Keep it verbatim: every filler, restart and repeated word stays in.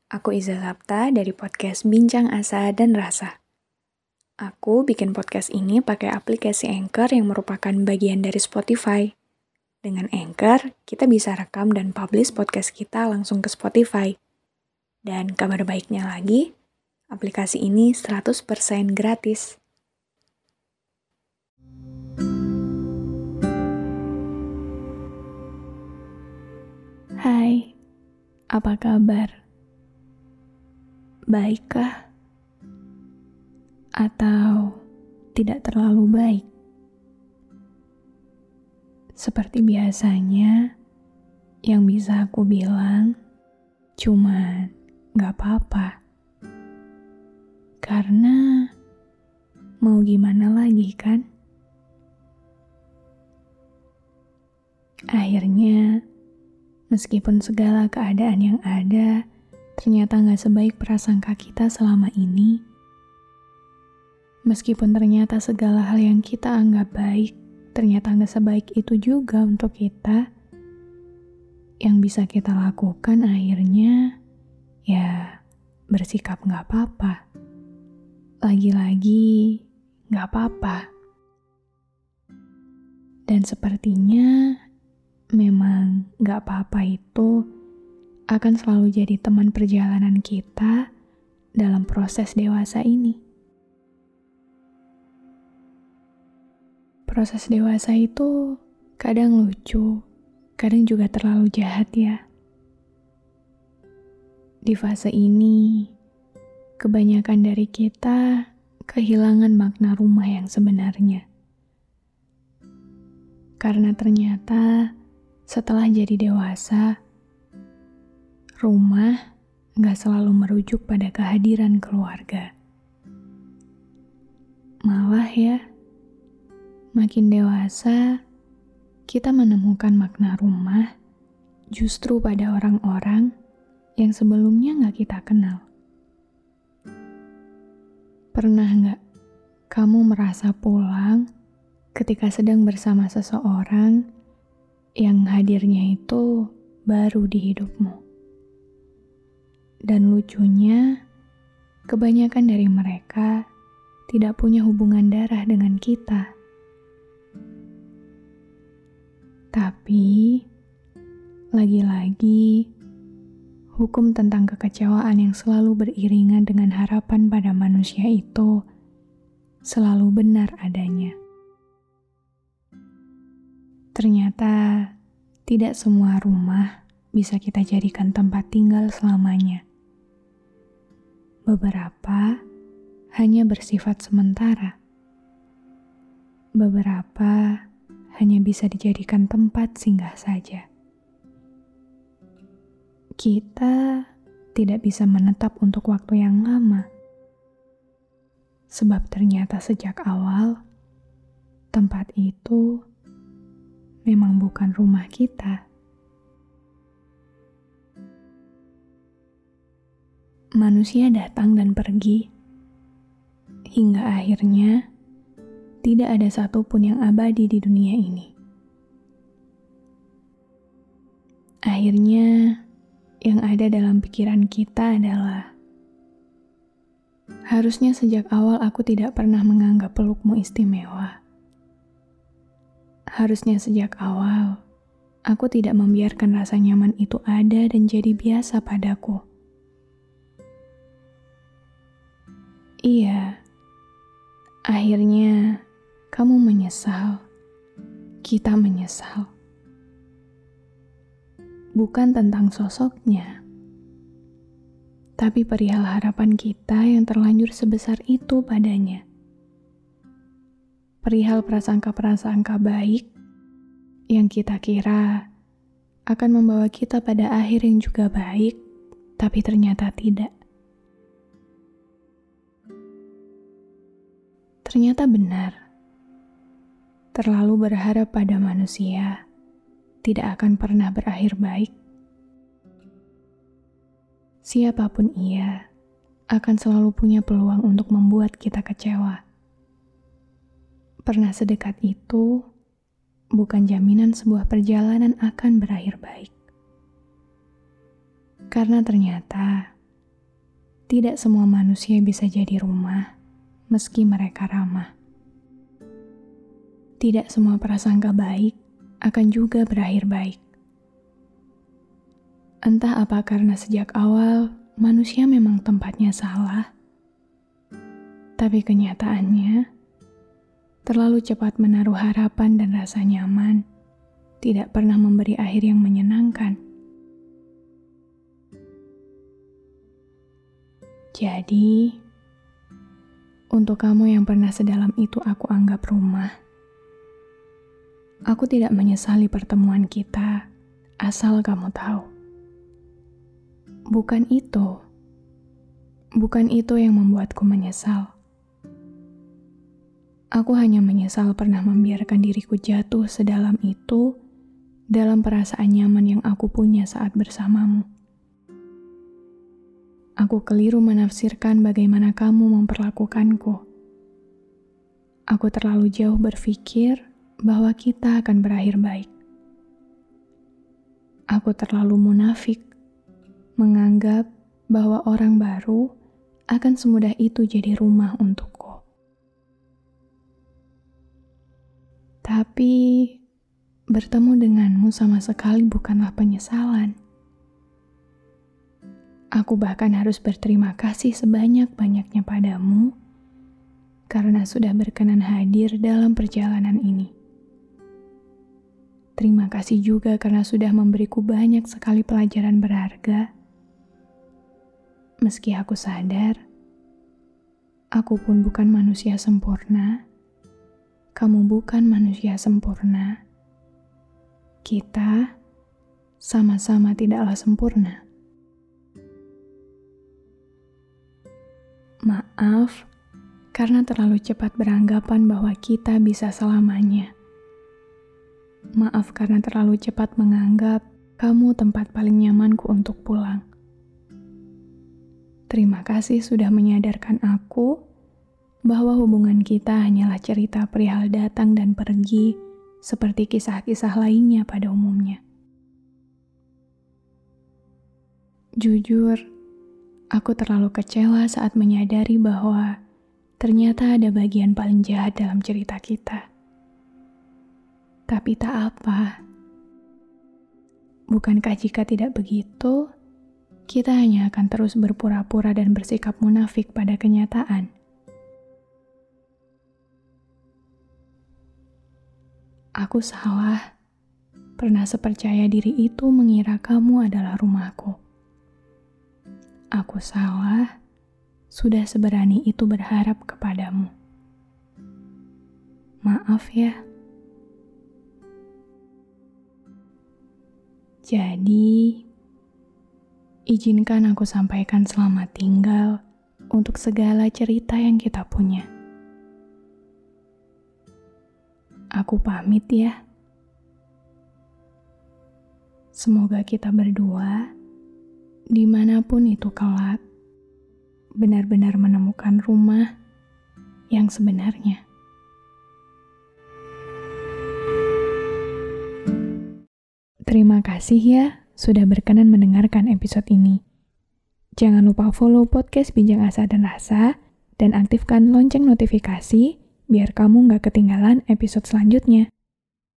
Aku Iza Sapta dari podcast Bincang Asa dan Rasa. Aku bikin podcast ini pakai aplikasi Anchor yang merupakan bagian dari Spotify. Dengan Anchor, kita bisa rekam dan publish podcast kita langsung ke Spotify. Dan kabar baiknya lagi, aplikasi ini seratus persen gratis. Hai, apa kabar? Baikkah? Atau tidak terlalu baik? Seperti biasanya, yang bisa aku bilang cuma gak apa-apa. Karena mau gimana lagi kan? Akhirnya, meskipun segala keadaan yang ada ternyata gak sebaik prasangka kita selama ini, meskipun ternyata segala hal yang kita anggap baik ternyata gak sebaik itu juga untuk kita, yang bisa kita lakukan akhirnya ya bersikap gak apa-apa. Lagi-lagi gak apa-apa. Dan sepertinya memang gak apa-apa itu akan selalu jadi teman perjalanan kita dalam proses dewasa ini. Proses dewasa itu kadang lucu, kadang juga terlalu jahat ya. Di fase ini, kebanyakan dari kita kehilangan makna rumah yang sebenarnya. Karena ternyata setelah jadi dewasa, rumah gak selalu merujuk pada kehadiran keluarga. Malah ya, makin dewasa, kita menemukan makna rumah justru pada orang-orang yang sebelumnya gak kita kenal. Pernah gak kamu merasa pulang ketika sedang bersama seseorang yang hadirnya itu baru di hidupmu? Dan lucunya, kebanyakan dari mereka tidak punya hubungan darah dengan kita. Tapi, lagi-lagi, hukum tentang kekecewaan yang selalu beriringan dengan harapan pada manusia itu selalu benar adanya. Ternyata, tidak semua rumah bisa kita jadikan tempat tinggal selamanya. Beberapa hanya bersifat sementara. Beberapa hanya bisa dijadikan tempat singgah saja. Kita tidak bisa menetap untuk waktu yang lama. Sebab ternyata sejak awal, tempat itu memang bukan rumah kita. Manusia datang dan pergi, hingga akhirnya tidak ada satupun yang abadi di dunia ini. Akhirnya, yang ada dalam pikiran kita adalah, harusnya sejak awal aku tidak pernah menganggap pelukmu istimewa. Harusnya sejak awal, aku tidak membiarkan rasa nyaman itu ada dan jadi biasa padaku. Iya, akhirnya kamu menyesal, kita menyesal. Bukan tentang sosoknya, tapi perihal harapan kita yang terlanjur sebesar itu padanya. Perihal prasangka-prasangka baik yang kita kira akan membawa kita pada akhir yang juga baik, tapi ternyata tidak. Ternyata benar, terlalu berharap pada manusia tidak akan pernah berakhir baik. Siapapun ia akan selalu punya peluang untuk membuat kita kecewa. Pernah sedekat itu, bukan jaminan sebuah perjalanan akan berakhir baik. Karena ternyata Tidak semua manusia bisa jadi rumah, meski mereka ramah. Tidak semua prasangka baik akan juga berakhir baik. Entah apa karena sejak awal manusia memang tempatnya salah, tapi kenyataannya terlalu cepat menaruh harapan dan rasa nyaman tidak pernah memberi akhir yang menyenangkan. Jadi, untuk kamu yang pernah sedalam itu aku anggap rumah, aku tidak menyesali pertemuan kita, asal kamu tahu. Bukan itu, bukan itu yang membuatku menyesal. Aku hanya menyesal pernah membiarkan diriku jatuh sedalam itu dalam perasaan nyaman yang aku punya saat bersamamu. Aku keliru menafsirkan bagaimana kamu memperlakukanku. Aku terlalu jauh berpikir bahwa kita akan berakhir baik. Aku terlalu munafik menganggap bahwa orang baru akan semudah itu jadi rumah untukku. Tapi bertemu denganmu sama sekali bukanlah penyesalan. Aku bahkan harus berterima kasih sebanyak-banyaknya padamu karena sudah berkenan hadir dalam perjalanan ini. Terima kasih juga karena sudah memberiku banyak sekali pelajaran berharga. Meski aku sadar, aku pun bukan manusia sempurna, kamu bukan manusia sempurna. Kita sama-sama tidaklah sempurna. Maaf, karena terlalu cepat beranggapan bahwa kita bisa selamanya. Maaf karena terlalu cepat menganggap kamu tempat paling nyamanku untuk pulang. Terima kasih sudah menyadarkan aku bahwa hubungan kita hanyalah cerita perihal datang dan pergi seperti kisah-kisah lainnya pada umumnya. Jujur, aku terlalu kecewa saat menyadari bahwa ternyata ada bagian paling jahat dalam cerita kita. Tapi tak apa. Bukankah jika tidak begitu, kita hanya akan terus berpura-pura dan bersikap munafik pada kenyataan? Aku salah. Pernah sepercaya diri itu mengira kamu adalah rumahku. Aku salah, sudah seberani itu berharap kepadamu. Maaf ya. Jadi, izinkan aku sampaikan selamat tinggal untuk segala cerita yang kita punya. Aku pamit ya. Semoga kita berdua, dimanapun itu kelak, benar-benar menemukan rumah yang sebenarnya. Terima kasih ya sudah berkenan mendengarkan episode ini. Jangan lupa follow podcast Bincang Asa dan Rasa dan aktifkan lonceng notifikasi biar kamu nggak ketinggalan episode selanjutnya.